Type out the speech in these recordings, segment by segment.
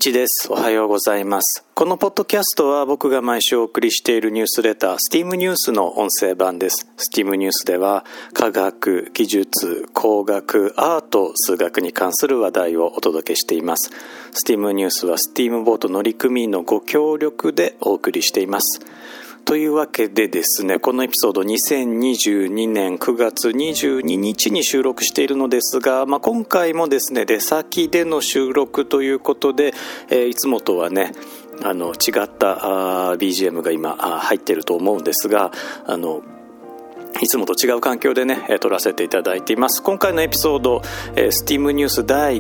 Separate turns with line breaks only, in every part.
一です。おはようございます。このポッドキャストは僕が毎週お送りしているニュースレター STEAM ニュースの音声版です。STEAM ニュースでは科学、技術、工学、アート、数学に関する話題をお届けしています。STEAM ニュースは STEAM ボート乗組員のご協力でお送りしています。というわけでですね、このエピソード2022年9月22日に収録しているのですが、今回もですね、出先での収録ということで、いつもとはね、違った BGM が今入っていると思うんですが、いつもと違う環境でね、撮らせていただいています。今回のエピソード、STEAM ニュース第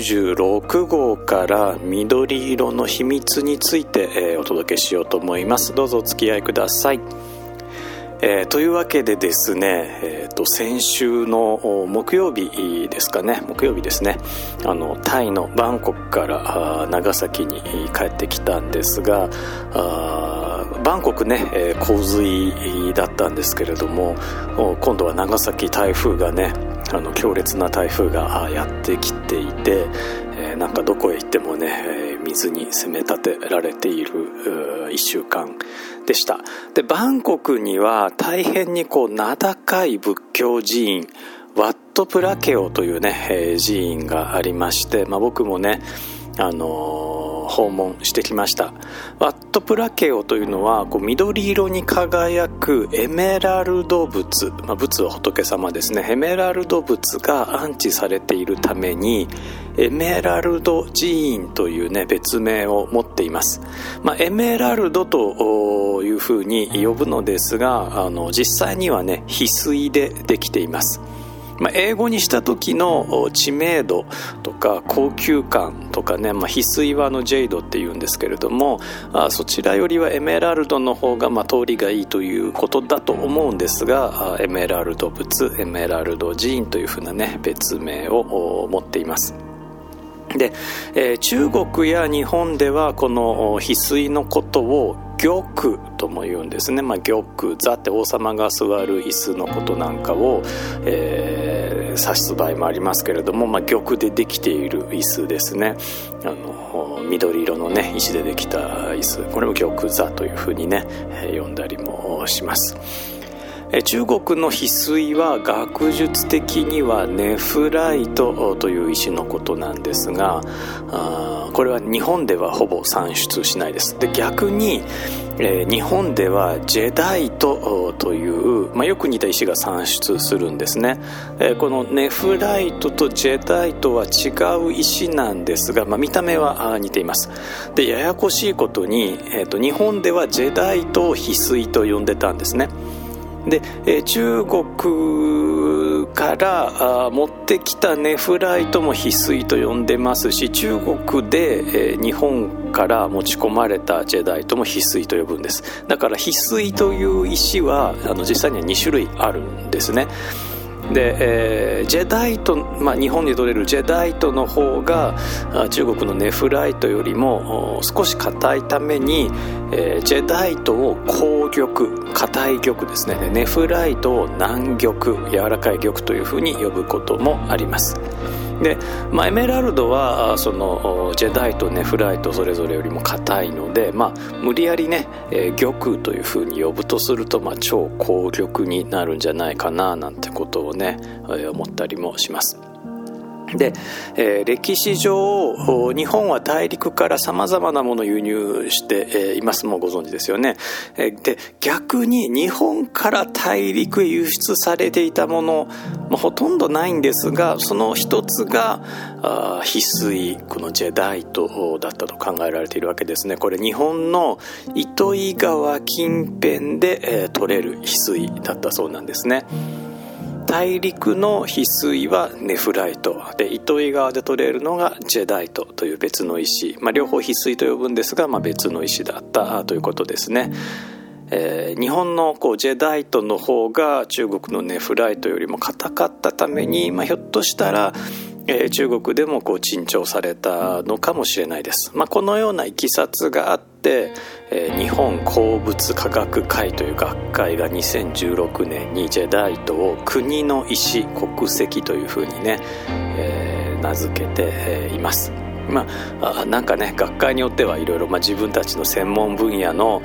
96号から緑色の秘密について、お届けしようと思います。どうぞお付き合いください。というわけでですね、先週の木曜日ですね、タイのバンコクから長崎に帰ってきたんですが、バンコクね、洪水だったんですけれども、今度は長崎台風がね、強烈な台風がやってきていて、なんかどこへ行ってもね、水に責め立てられている1週間でした。で、バンコクには大変に名高い仏教寺院ワットプラケオというね、寺院がありまして、僕もね、訪問してきました。ワットプラケオというのは緑色に輝くエメラルド仏、仏は仏様ですね。エメラルド仏が安置されているためにエメラルド寺院というね、別名を持っています。エメラルドというふうに呼ぶのですが、実際にはね、翡翠でできています。英語にした時の知名度とか高級感とかね、翡翠はジェイドって言うんですけれども、そちらよりはエメラルドの方が通りがいいということだと思うんですが、エメラルド仏、エメラルド寺院というふうなね、別名を持っています。で、中国や日本ではこの翡翠のことを玉とも言うんですね。玉座って王様が座る椅子のことなんかを、指す場合もありますけれども、玉でできている椅子ですね。緑色のね、石でできた椅子、これも玉座というふうにね、呼んだりもします。中国の翡翠は学術的にはネフライトという石のことなんですが、これは日本ではほぼ産出しないです。で、逆に、日本ではジェダイトという、よく似た石が産出するんですね。このネフライトとジェダイトは違う石なんですが、見た目は似ています。で、ややこしいことに、日本ではジェダイトを翡翠と呼んでたんですね。で、中国から持ってきたネフライトも翡翠と呼んでますし、中国で、日本から持ち込まれたジェダイトも翡翠と呼ぶんです。だから翡翠という石は実際には2種類あるんですね。で、ジェダイト、日本で取れるジェダイトの方が中国のネフライトよりも少し硬いために、ジェダイトを硬玉、硬い玉ですね。ネフライトを軟玉、柔らかい玉というふうに呼ぶこともあります。で、エメラルドはそのジェダイト、ネフライトそれぞれよりも硬いので、無理やりね、玉というふうに呼ぶとすると、超高玉になるんじゃないかななんてことをね、思ったりもします。で、歴史上日本は大陸から様々なものを輸入して、います。もうご存知ですよね。で、逆に日本から大陸へ輸出されていたもの、ほとんどないんですが、その一つが翡翠、このジェダイトだったと考えられているわけですね。これ日本の糸魚川近辺で、取れる翡翠だったそうなんですね。大陸の翡翠はネフライトで、糸魚川で取れるのがジェダイトという別の石、両方翡翠と呼ぶんですが、別の石だったということですね。日本のジェダイトの方が中国のネフライトよりも硬かったために、ひょっとしたら中国でも珍重されたのかもしれないです。このようないきさつがあって、日本鉱物科学会という学会が2016年にジェダイトを国の石、国石というふうにね、名付けています。 なんかね、学会によってはいろいろ自分たちの専門分野の、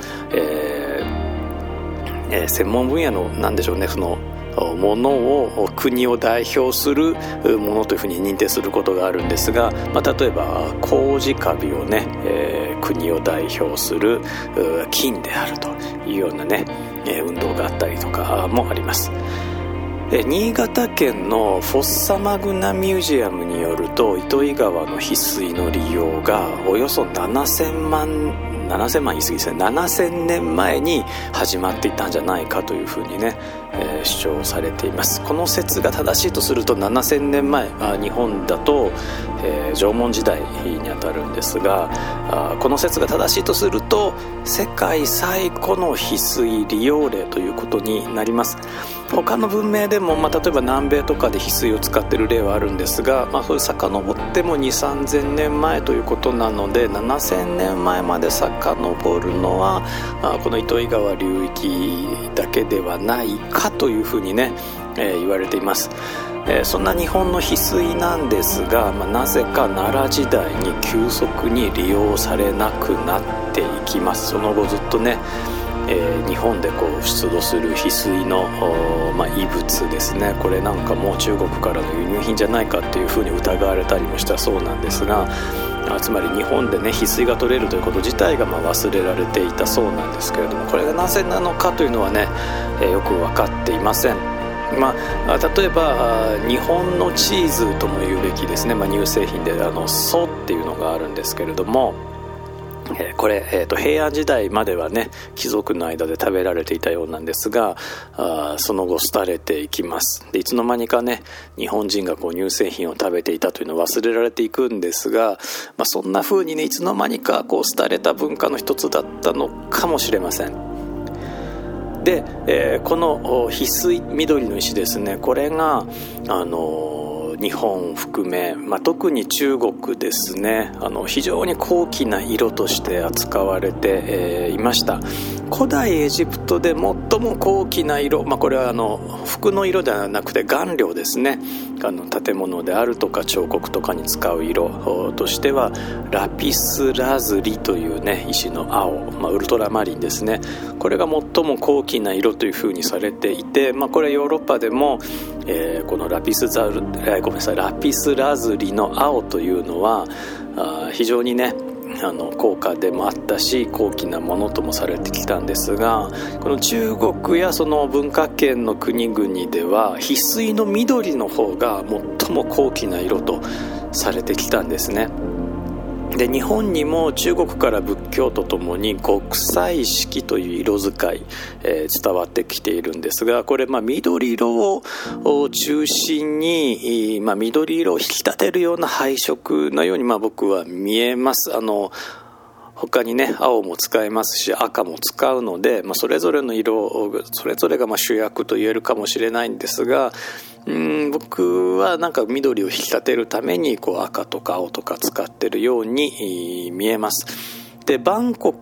なんでしょうね、そのものを国を代表するものというふうに認定することがあるんですが、例えば麹カビをね、国を代表する菌であるというようなね、運動があったりとかもあります。新潟県のフォッサマグナミュージアムによると、糸魚川の翡翠の利用がおよそ7000万言い過ぎですね、7000年前に始まっていたんじゃないかというふうにね、主張されています。この説が正しいとすると、7000年前、日本だと、縄文時代にあたるんですが、この説が正しいとすると世界最古の翡翠利用例ということになります。他の文明でも、例えば南米とかで翡翠を使っている例はあるんですが、そういう遡っても 2,3000 年前ということなので、7000年前まで遡るのはこの糸魚川流域だけではないかというふうにね、言われています。そんな日本の翡翠なんですが、なぜか奈良時代に急速に利用されなくなっていきます。その後ずっとね、日本で出土する翡翠の、遺物ですね、これなんかも中国からの輸入品じゃないかっていうふうに疑われたりもしたそうなんですが、つまり日本でね翡翠が取れるということ自体が忘れられていたそうなんですけれども、これがなぜなのかというのはね、よく分かっていません。例えば日本のチーズとも言うべきですね、乳製品で蘇っていうのがあるんですけれども、これ、平安時代まではね貴族の間で食べられていたようなんですが、その後廃れていきます。でいつの間にかね日本人が乳製品を食べていたというのは忘れられていくんですが、そんな風にねいつの間にか廃れた文化の一つだったのかもしれません。で、この翡翠緑の石ですね、これが日本を含め、特に中国ですね、非常に高貴な色として扱われて、いました。古代エジプトで最も高貴な色、これは服の色ではなくて顔料ですね、建物であるとか彫刻とかに使う色としてはラピスラズリというね石の青、ウルトラマリンですね、これが最も高貴な色というふうにされていて、これヨーロッパでも、このラピスラズリの青というのは非常にね高価でもあったし高貴なものともされてきたんですが、この中国やその文化圏の国々では翡翠の緑の方が最も高貴な色とされてきたんですね。で日本にも中国から仏教とともに極彩色という色使い、伝わってきているんですが、これ緑色を中心に、緑色を引き立てるような配色のように僕は見えます。他にね青も使えますし赤も使うので、それぞれの色それぞれが主役と言えるかもしれないんですが、僕はなんか緑を引き立てるために赤とか青とか使ってるように見えます。でタ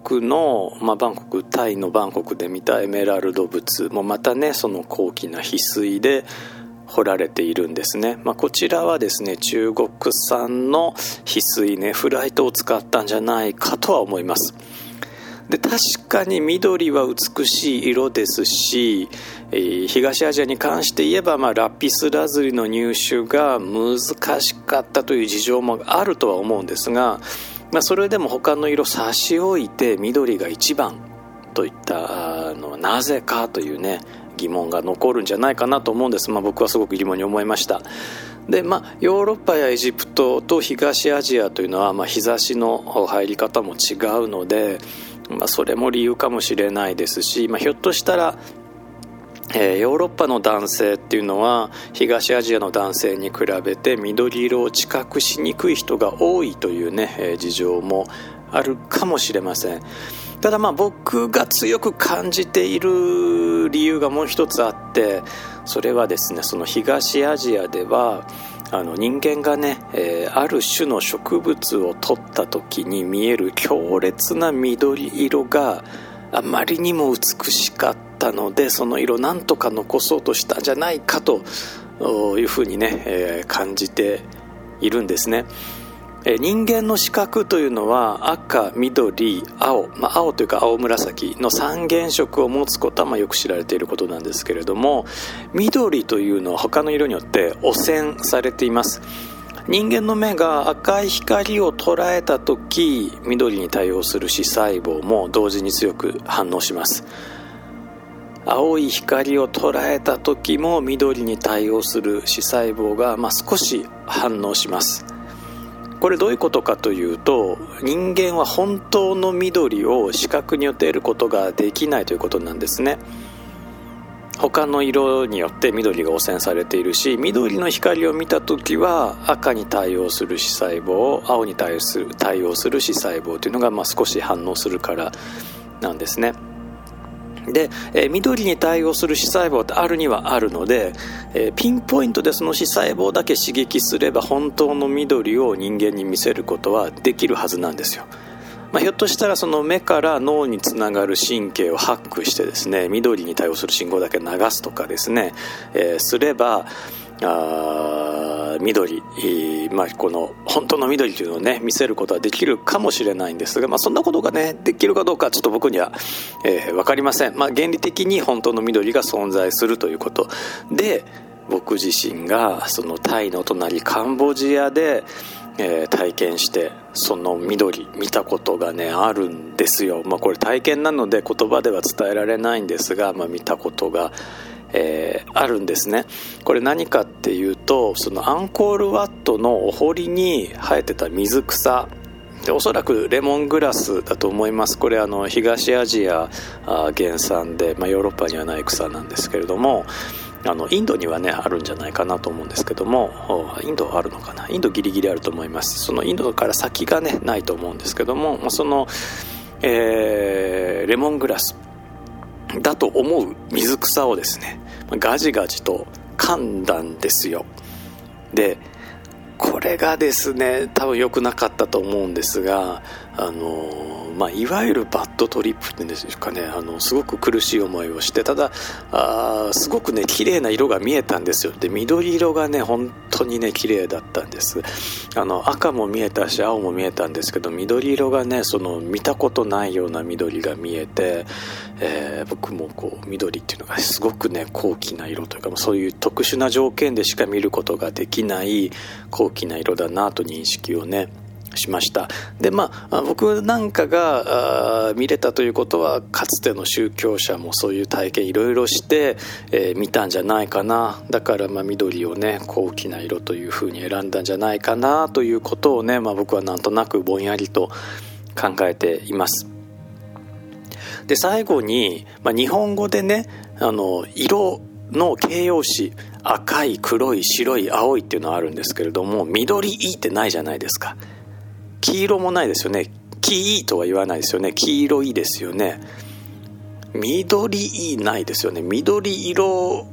イのバンコクで見たエメラルド仏もまたねその高貴な翡翠で彫られているんですね。こちらはですね中国産の翡翠ねフライトを使ったんじゃないかとは思います。で確かに緑は美しい色ですし、東アジアに関して言えば、ラピスラズリの入手が難しかったという事情もあるとは思うんですが、それでも他の色差し置いて緑が一番といったのはなぜかというね疑問が残るんじゃないかなと思うんです。僕はすごく疑問に思いました。でヨーロッパやエジプトと東アジアというのは、日差しの入り方も違うので、それも理由かもしれないですし、ひょっとしたら、ヨーロッパの男性っていうのは東アジアの男性に比べて緑色を知覚しにくい人が多いというね、事情もあるかもしれません。ただ僕が強く感じている理由がもう一つあって、それはですねその東アジアでは人間がね、ある種の植物を取った時に見える強烈な緑色があまりにも美しかったので、その色なんとか残そうとしたんじゃないかというふうにね、感じているんですね。 人間の視覚というのは赤、緑、青、青というか青紫の三原色を持つことはよく知られていることなんですけれども、緑というのは他の色によって汚染されています。人間の目が赤い光を捉えたとき、緑に対応する視細胞も同時に強く反応します。青い光を捉えたときも緑に対応する視細胞が少し反応します。これどういうことかというと、人間は本当の緑を視覚によって得ることができないということなんですね。他の色によって緑が汚染されているし、緑の光を見たときは赤に対応する視細胞、青に対応する視細胞というのが少し反応するからなんですね。で、緑に対応する視細胞ってあるにはあるので、ピンポイントでその視細胞だけ刺激すれば本当の緑を人間に見せることはできるはずなんですよ。ひょっとしたらその目から脳につながる神経をハックしてですね、緑に対応する信号だけ流すとかですね、すれば緑、この本当の緑というのをね見せることはできるかもしれないんですが、そんなことがねできるかどうかちょっと僕には、分かりません。原理的に本当の緑が存在するということで、僕自身がそのタイの隣カンボジアで、体験してその緑見たことがねあるんですよ。これ体験なので言葉では伝えられないんですが、見たことがあるんですね。これ何かっていうと、そのアンコールワットのお堀に生えてた水草で、おそらくレモングラスだと思います。これ東アジア原産で、ヨーロッパにはない草なんですけれども、インドにはねあるんじゃないかなと思うんですけども、インドあるのかな、インドギリギリあると思います。そのインドから先がねないと思うんですけども、その、レモングラスだと思う水草をですねガジガジと噛んだんですよ。でこれがですね多分良くなかったと思うんですが、いわゆるバッドトリップっていうんですかね、すごく苦しい思いをして、ただすごくね綺麗な色が見えたんですよ。で緑色がね本当にね綺麗だったんです。赤も見えたし青も見えたんですけど、緑色がねその見たことないような緑が見えて、僕もこう緑っていうのがすごくね高貴な色というか、そういう特殊な条件でしか見ることができない高貴な色だなと認識をねしました。で僕なんかが見れたということは、かつての宗教者もそういう体験いろいろして、見たんじゃないかな。だから緑をね高貴な色というふうに選んだんじゃないかなということをね、僕はなんとなくぼんやりと考えています。で最後に、日本語でね色の形容詞、赤い、黒い、白い、青いっていうのはあるんですけれども、緑いってないじゃないですか。黄色もないですよね。黄いとは言わないですよね。黄色いですよね。緑いないですよね。緑色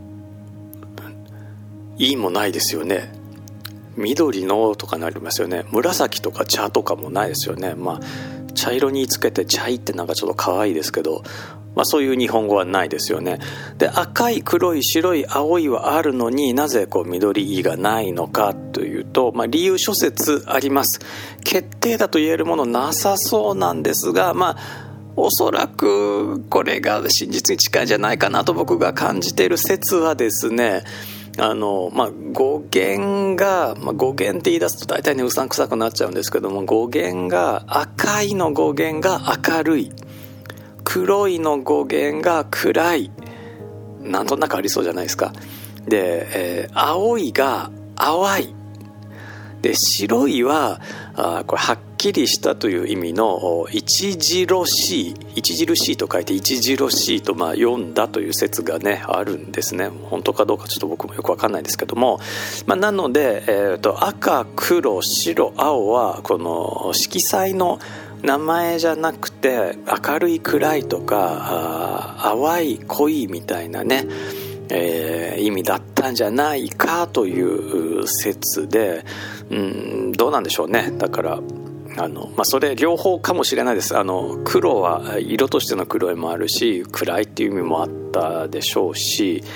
いもないですよね。緑のとかなりますよね。紫とか茶とかもないですよね。茶色につけて茶いってなんかちょっと可愛いですけど、そういう日本語はないですよね。で赤い、黒い、白い、青いはあるのに、なぜ緑いがないのかというと、理由諸説あります。決定だと言えるものなさそうなんですが、おそらくこれが真実に近いんじゃないかなと僕が感じている説はですね、語源が、語源って言い出すと大体ねうさんくさくなっちゃうんですけども、語源が赤いの語源が明るい、黒いの語源が暗い、なんとなくありそうじゃないですか。で、青いが淡いで、白いはこれはっきりしたという意味の著しいと書いて著しいと読んだという説がねあるんですね。本当かどうかちょっと僕もよく分かんないですけども、なので、赤、黒、白、青はこの色彩の名前じゃなくて、明るい、暗いとか淡い、濃いみたいなね、意味だったんじゃないかという説で、どうなんでしょうね。だからそれ両方かもしれないです。黒は色としての黒いもあるし、暗いっていう意味もあったでしょうし、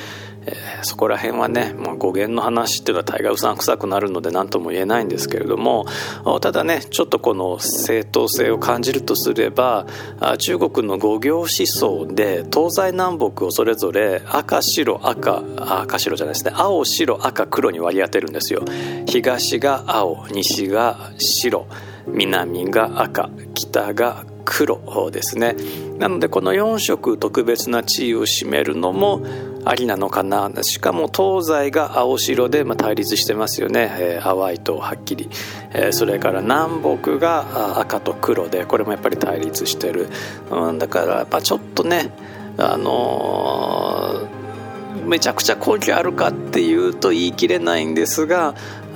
そこら辺はね、語源の話っていうのは大概うさんくさくなるので何とも言えないんですけれども、ただねちょっとこの正当性を感じるとすれば、中国の五行思想で東西南北をそれぞれ赤白青白赤黒に割り当てるんですよ。東が青、西が白、南が赤、北が黒ですね。なのでこの4色特別な地位を占めるのもありなのかな。しかも東西が青白で対立してますよね、淡いとはっきり、それから南北が赤と黒で、これもやっぱり対立してる、だからやっぱちょっとねめちゃくちゃ根拠あるかっていうと言い切れないんですが、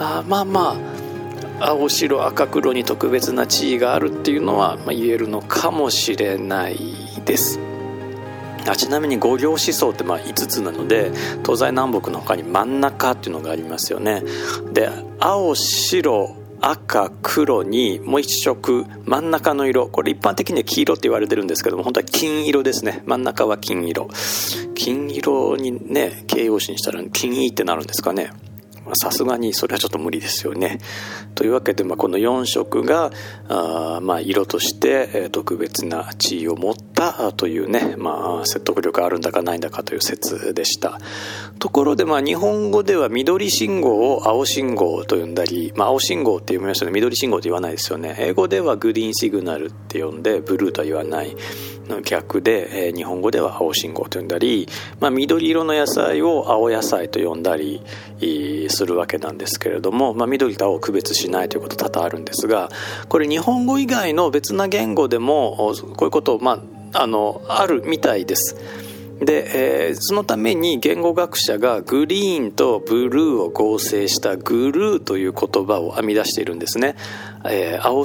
青白赤黒に特別な地位があるっていうのは言えるのかもしれないです。ちなみに五行思想って5つなので、東西南北の他に真ん中っていうのがありますよね。で、青白赤黒にもう一色真ん中の色、これ一般的には黄色って言われてるんですけども、本当は金色ですね。真ん中は金色にね形容詞にしたら金ってなるんですかね。さすがにそれはちょっと無理ですよね。というわけで、この4色が色として特別な地位を持ったというね、説得力あるんだかないんだかという説でした。ところで日本語では緑信号を青信号と呼んだり、青信号って読みましたね。緑信号と言わないですよね。英語ではグリーンシグナルって呼んで、ブルーとは言わない逆で、日本語では青信号と呼んだり、緑色の野菜を青野菜と呼んだりするわけなんですけれども、緑と青を区別しないということ多々あるんですが、これ日本語以外の別な言語でもこういうことあるみたいです。で、そのために言語学者がグリーンとブルーを合成したグルーという言葉を編み出しているんですね。青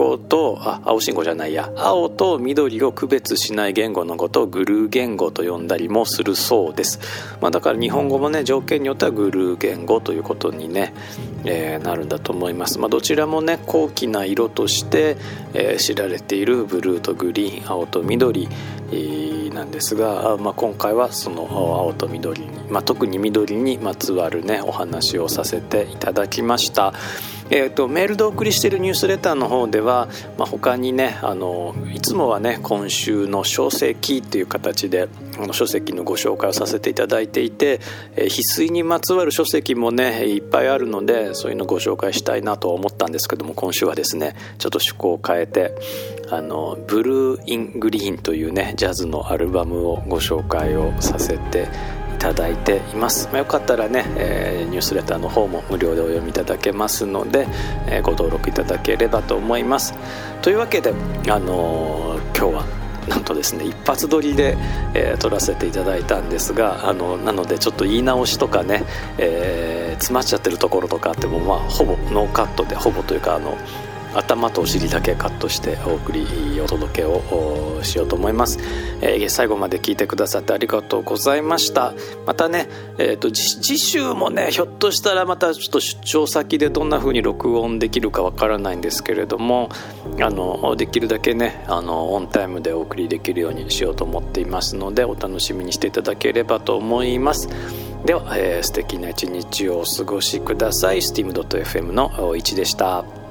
と緑を区別しない言語のことをグルー言語と呼んだりもするそうです。だから日本語もね、条件によってはグルー言語ということにね、なるんだと思います。どちらもね高貴な色として、知られているブルーとグリーン、青と緑なんですが、今回はその青と緑に、特に緑にまつわるねお話をさせていただきました。メールでお送りしているニュースレターの方では、他にねいつもはね今週の書籍という形で書籍のご紹介をさせていただいていて、翡翠にまつわる書籍もねいっぱいあるので、そういうのをご紹介したいなと思ったんですけども、今週はですねちょっと趣向を変えてブルーイングリーンというねジャズのアルバムをご紹介をさせていただいています。よかったらね、ニュースレターの方も無料でお読みいただけますので、ご登録いただければと思います。というわけで今日はなんとですね一発撮りで、撮らせていただいたんですが、なのでちょっと言い直しとかね、詰まっちゃってるところとかあってもほぼノーカットで、ほぼというか頭とお尻だけカットしてお届けをしようと思います。最後まで聞いてくださってありがとうございました。またね、次週もねひょっとしたらまたちょっと出張先でどんな風に録音できるかわからないんですけれども、できるだけねオンタイムでお送りできるようにしようと思っていますので、お楽しみにしていただければと思います。では、素敵な一日をお過ごしください。steam.fm の1でした。